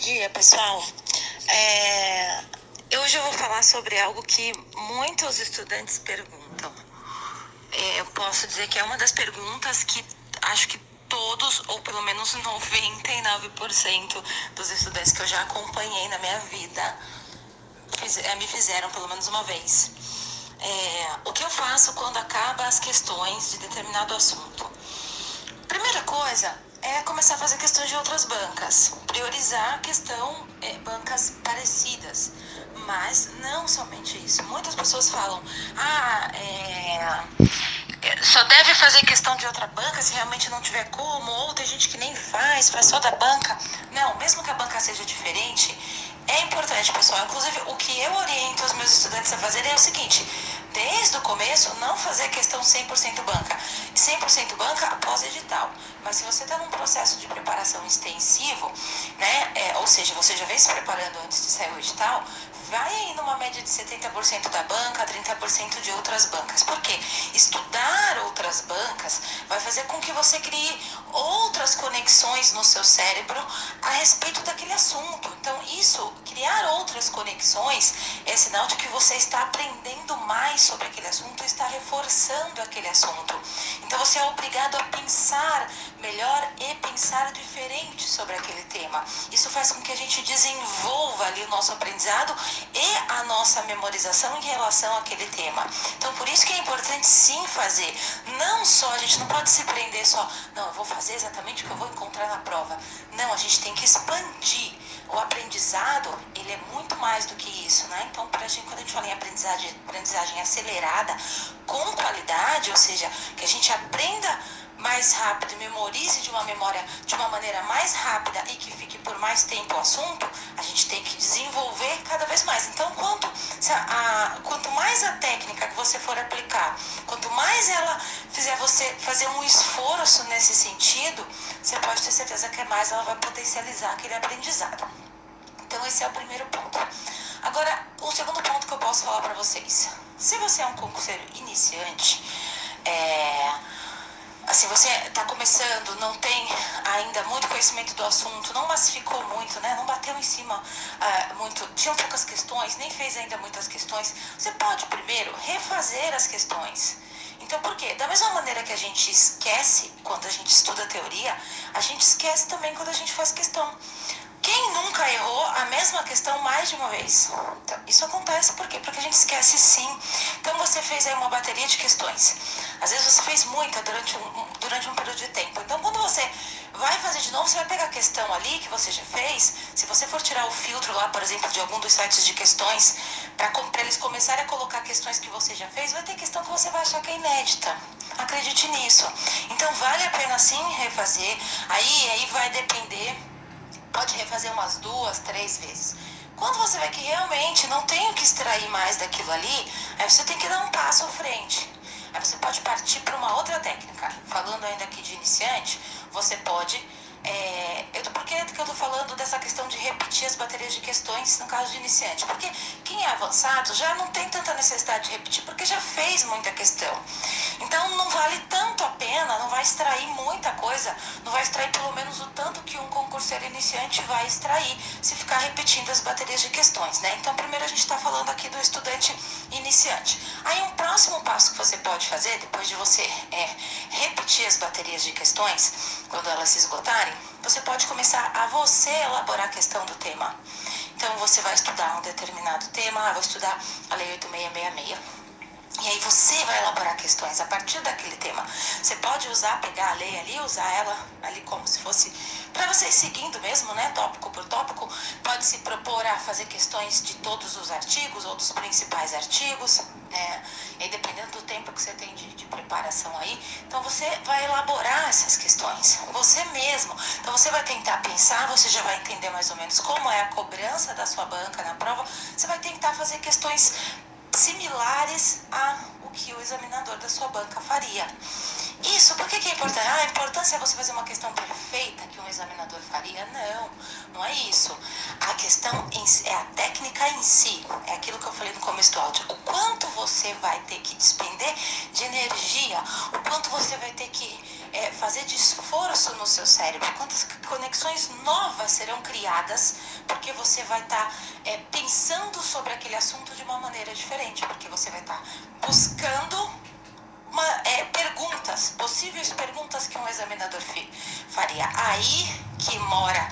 dia, pessoal. Hoje eu vou falar sobre algo que muitos estudantes perguntam. Eu posso dizer que é uma das perguntas que acho que todos, ou pelo menos 99% dos estudantes que eu já acompanhei na minha vida me fizeram pelo menos uma vez. O que eu faço quando acaba as questões de determinado assunto? Primeira coisa é começar a fazer questões de outras bancas, priorizar a questão bancas parecidas, mas não somente isso. Muitas pessoas falam, só deve fazer questão de outra banca se realmente não tiver como, ou tem gente que nem faz só da banca. Não, mesmo que a banca seja diferente, é importante, pessoal. Inclusive, o que eu oriento os meus estudantes a fazerem é o seguinte: desde o começo, não fazer questão 100% banca. 100% banca após edital. Mas se você está num processo de preparação extensivo, né, ou seja, você já vem se preparando antes de sair o edital, vai aí numa média de 70% da banca, 30% de outras bancas. Por quê? Estudar outras bancas vai fazer com que você crie outras conexões no seu cérebro a respeito daquele assunto. Então, criar outras conexões é sinal de que você está aprendendo mais sobre aquele assunto e está reforçando aquele assunto. Então, você é obrigado a pensar melhor e pensar diferente sobre aquele tema. Isso faz com que a gente desenvolva ali o nosso aprendizado e a nossa memorização em relação àquele tema. Então, por isso que é importante sim fazer. Não só, a gente não pode se prender só, não, eu vou fazer exatamente o que eu vou encontrar na prova. Não, a gente tem que expandir. O aprendizado, ele é muito mais do que isso, né? Então, quando a gente fala em aprendizagem acelerada, com qualidade, ou seja, que a gente aprenda mais rápido e memorize de uma maneira mais rápida e que fique por mais tempo o assunto, a gente tem que desenvolver cada vez mais. Então, quanto mais a técnica que você for aplicar, quanto mais ela fizer você fazer um esforço nesse sentido, você pode ter certeza que mais ela vai potencializar aquele aprendizado. Então, esse é o primeiro ponto. Agora, o segundo ponto que eu posso falar para vocês. Se você é um concurseiro iniciante, assim, você está começando, não tem ainda muito conhecimento do assunto, não massificou muito, né? Não bateu em cima muito, tinha poucas questões, nem fez ainda muitas questões. Você pode primeiro refazer as questões. Então, por quê? Da mesma maneira que a gente esquece quando a gente estuda a teoria, a gente esquece também quando a gente faz questão. Quem nunca errou a mesma questão mais de uma vez? Então, isso acontece por quê? Porque a gente esquece sim. Então, você fez aí uma bateria de questões. Às vezes você fez muita durante um período de tempo. Então, quando você vai fazer de novo, você vai pegar a questão ali que você já fez. Se você for tirar o filtro lá, por exemplo, de algum dos sites de questões, para eles começarem a colocar questões que você já fez, vai ter questão que você vai achar que é inédita. Acredite nisso. Então, vale a pena sim refazer. Aí vai depender. Pode refazer umas 2, 3 vezes. Quando você vê que realmente não tem o que extrair mais daquilo ali, aí você tem que dar um passo à frente. Aí você pode partir para uma outra técnica. Falando ainda aqui de iniciante, você pode... Por que eu estou falando dessa questão de repetir as baterias de questões no caso de iniciante? Porque quem é avançado já não tem tanta necessidade de repetir, porque já fez muita questão. Então não vale tanto a pena, não vai extrair muita coisa, não vai extrair pelo menos o tanto que um concurseiro iniciante vai extrair se ficar repetindo as baterias de questões, né? Então primeiro a gente está falando aqui do estudante iniciante. Aí um próximo passo que você pode fazer, depois de você repetir as baterias de questões, quando elas se esgotarem, você pode começar a você elaborar a questão do tema. Então você vai estudar um determinado tema, vou estudar a Lei 8666. E aí você vai elaborar questões a partir daquele tema. Você pode pegar a lei ali, usar ela ali como se fosse, para você ir seguindo mesmo, né, tópico por tópico. Pode se propor a fazer questões de todos os artigos ou dos principais artigos, e aí dependendo do tempo que você tem de preparação aí. Então você vai elaborar essas questões, você mesmo. Então você vai tentar pensar, você já vai entender mais ou menos como é a cobrança da sua banca na prova. Você vai tentar fazer questões similares a o que o examinador da sua banca faria. Isso, por que é importante? A importância é você fazer uma questão perfeita que um examinador faria? Não é isso. A questão é a técnica em si, é aquilo que eu falei no começo do áudio. O quanto você vai ter que despender de energia, o quanto você vai ter que fazer de esforço no seu cérebro, quantas conexões novas serão criadas, porque você vai estar pensando sobre aquele assunto de uma maneira diferente, porque você vai estar buscando perguntas, possíveis perguntas que um examinador faria. Aí que mora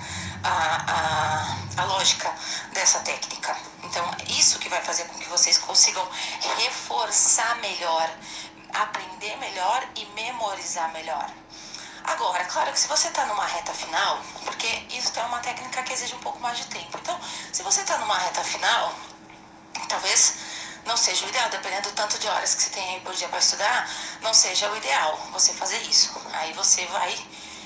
a lógica dessa técnica. Então, isso que vai fazer com que vocês consigam reforçar melhor, aprender melhor e memorizar melhor. Agora, claro que se você está numa reta final, porque isso é uma técnica que exige um pouco mais de tempo. Então, se você está numa reta final, talvez não seja o ideal, dependendo do tanto de horas que você tem aí por dia para estudar, não seja o ideal você fazer isso. Aí você vai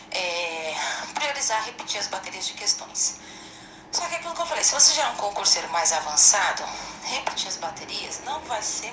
priorizar repetir as baterias de questões. Só que aquilo que eu falei, se você já é um concurseiro mais avançado, repetir as baterias não vai ser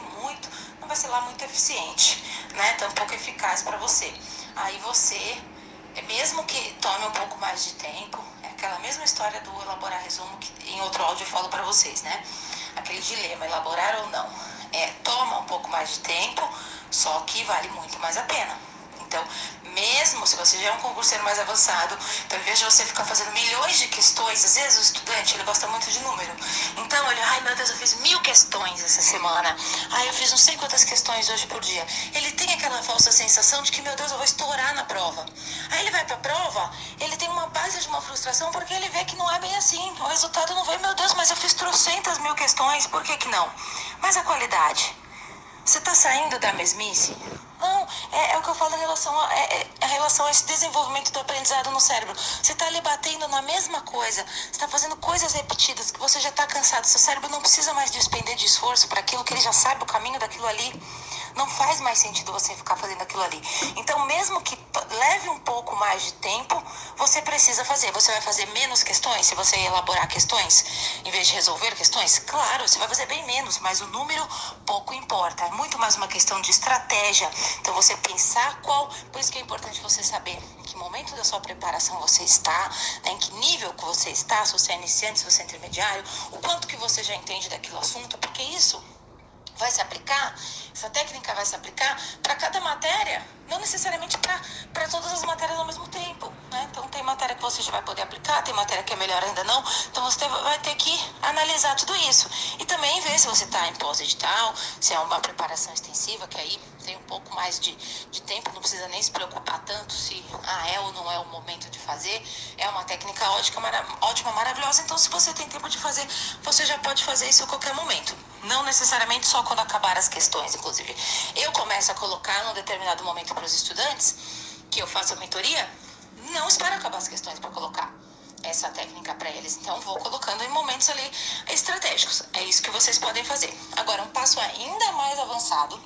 lá muito eficiente, né? Tão pouco eficaz para você. Aí você, mesmo que tome um pouco mais de tempo, é aquela mesma história do elaborar resumo que em outro áudio eu falo para vocês, né? Aquele dilema, elaborar ou não. Toma um pouco mais de tempo, só que vale muito mais a pena. Então, mesmo se você já é um concurseiro mais avançado, então, ao invés de você ficar fazendo milhões de questões, às vezes o estudante, ele gosta muito de número. Então, ele, ai meu Deus, eu fiz 1000 questões essa semana. Ai, eu fiz não sei quantas questões hoje por dia. Ele tem aquela falsa sensação de que, meu Deus, eu vou estourar na prova. Aí ele vai pra prova, ele tem uma base de uma frustração, porque ele vê que não é bem assim. O resultado não veio, meu Deus, mas eu fiz trocentas mil questões, por que não? Mas a qualidade? Você está saindo da mesmice? Não, é o que eu falo em relação a esse desenvolvimento do aprendizado no cérebro. Você está ali batendo na mesma coisa, você está fazendo coisas repetidas que você já está cansado. Seu cérebro não precisa mais despender de esforço para aquilo, que ele já sabe o caminho daquilo ali. Não faz mais sentido você ficar fazendo aquilo ali. Então, mesmo que leve um pouco mais de tempo, você precisa fazer. Você vai fazer menos questões se você elaborar questões, em vez de resolver questões? Claro, você vai fazer bem menos, mas o número pouco importa. É muito mais uma questão de estratégia. Então, você pensar por isso que é importante você saber em que momento da sua preparação você está, né, em que nível que você está, se você é iniciante, se você é intermediário, o quanto que você já entende daquele assunto, porque isso vai se aplicar, essa técnica vai se aplicar para cada matéria, não necessariamente para todas as matérias ao mesmo tempo, né? Então tem matéria que você já vai poder aplicar, tem matéria que é melhor ainda não, então você vai ter que analisar tudo isso. E também ver se você está em pós-edital, se é uma preparação extensiva, que aí tem um pouco mais de tempo, não precisa nem se preocupar tanto se é ou não é o momento de fazer. É uma técnica ótima, maravilhosa, então se você tem tempo de fazer, você já pode fazer isso a qualquer momento. Não necessariamente só quando acabar as questões, inclusive. Eu começo a colocar num determinado momento para os estudantes que eu faço a mentoria, não espero acabar as questões para colocar essa técnica para eles. Então, vou colocando em momentos ali estratégicos. É isso que vocês podem fazer. Agora, um passo ainda mais avançado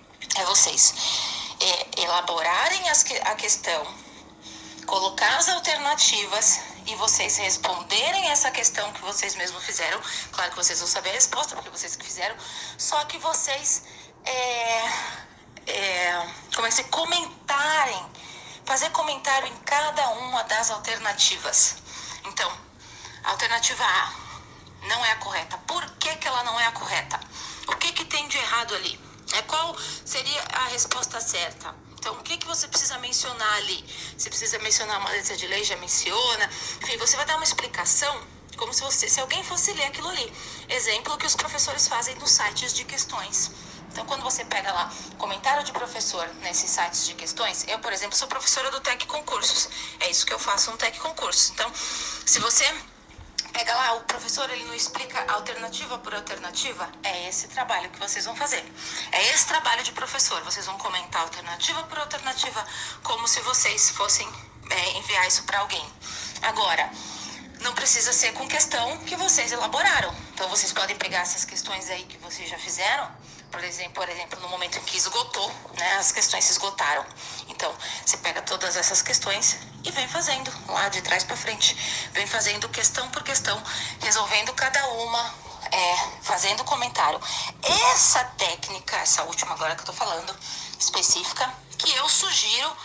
é vocês elaborarem a questão, colocar as alternativas e vocês responderem essa questão que vocês mesmos fizeram. Claro que vocês vão saber a resposta, porque vocês que fizeram, só que vocês comentarem, fazer comentário em cada uma das alternativas. Então, a alternativa A não é a correta. Por que ela não é a correta? O que tem de errado ali? Qual seria a resposta certa? Então, o que você precisa mencionar ali? Você precisa mencionar uma letra de lei, já menciona. Enfim, você vai dar uma explicação como se alguém fosse ler aquilo ali. Exemplo que os professores fazem nos sites de questões. Então, quando você pega lá comentário de professor nesses sites de questões, eu, por exemplo, sou professora do Tec Concursos. É isso que eu faço no Tec Concursos. Então, se você pega lá, o professor ele não explica alternativa por alternativa, é esse trabalho que vocês vão fazer. É esse trabalho de professor. Vocês vão comentar alternativa por alternativa, como se vocês fossem enviar isso para alguém. Agora, não precisa ser com questão que vocês elaboraram. Então, vocês podem pegar essas questões aí que vocês já fizeram, por exemplo, no momento em que esgotou, né, as questões se esgotaram. Então, você pega todas essas questões e vem fazendo, lá de trás para frente. Vem fazendo questão por questão, resolvendo cada uma, fazendo comentário. Essa técnica, essa última agora que eu tô falando, específica, que eu sugiro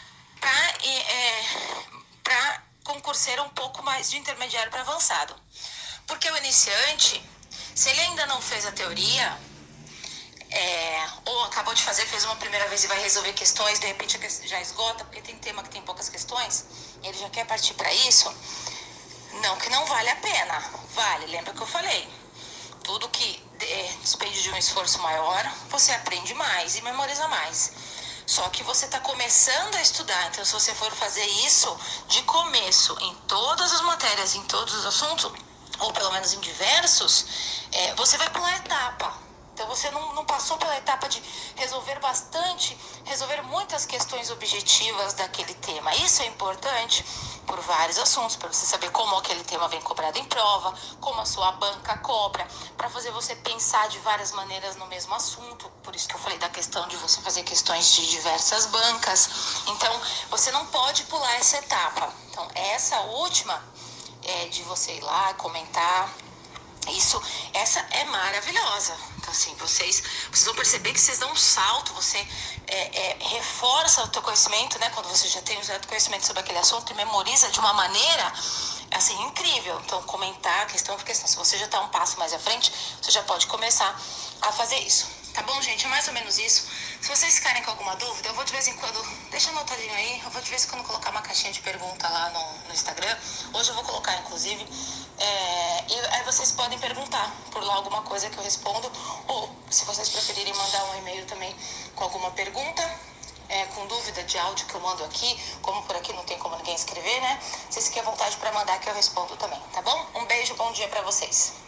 para concurseiro um pouco mais de intermediário para avançado. Porque o iniciante, se ele ainda não fez a teoria, ou acabou de fazer, fez uma primeira vez e vai resolver questões, de repente já esgota, porque tem tema que tem poucas questões, e ele já quer partir para isso. Não que não vale a pena, vale, lembra que eu falei, tudo que despende de um esforço maior, você aprende mais e memoriza mais. Só que você está começando a estudar, então se você for fazer isso de começo em todas as matérias, em todos os assuntos, ou pelo menos em diversos, você vai pular etapa. Então você não passou pela etapa de resolver muitas questões objetivas daquele tema. Isso é importante por vários assuntos, para você saber como aquele tema vem cobrado em prova, como a sua banca cobra, para fazer você pensar de várias maneiras no mesmo assunto. Por isso que eu falei da questão de você fazer questões de diversas bancas. Então você não pode pular essa etapa. Então essa última de você ir lá comentar, essa é maravilhosa. Então, assim, vocês vão perceber que vocês dão um salto, você reforça o teu conhecimento, né? Quando você já tem um certo conhecimento sobre aquele assunto e memoriza de uma maneira, assim, incrível. Então, comentar questão por questão. Se você já está um passo mais à frente, você já pode começar a fazer isso. Tá bom, gente? É mais ou menos isso. Se vocês ficarem com alguma dúvida, eu vou de vez em quando, deixa anotadinho aí, eu vou de vez em quando colocar uma caixinha de pergunta lá no Instagram. Hoje eu vou colocar, inclusive, e aí vocês podem perguntar por lá alguma coisa que eu respondo, ou se vocês preferirem mandar um e-mail também com alguma pergunta, com dúvida de áudio que eu mando aqui, como por aqui não tem como ninguém escrever, né? Vocês fiquem à vontade para mandar que eu respondo também, tá bom? Um beijo, bom dia para vocês.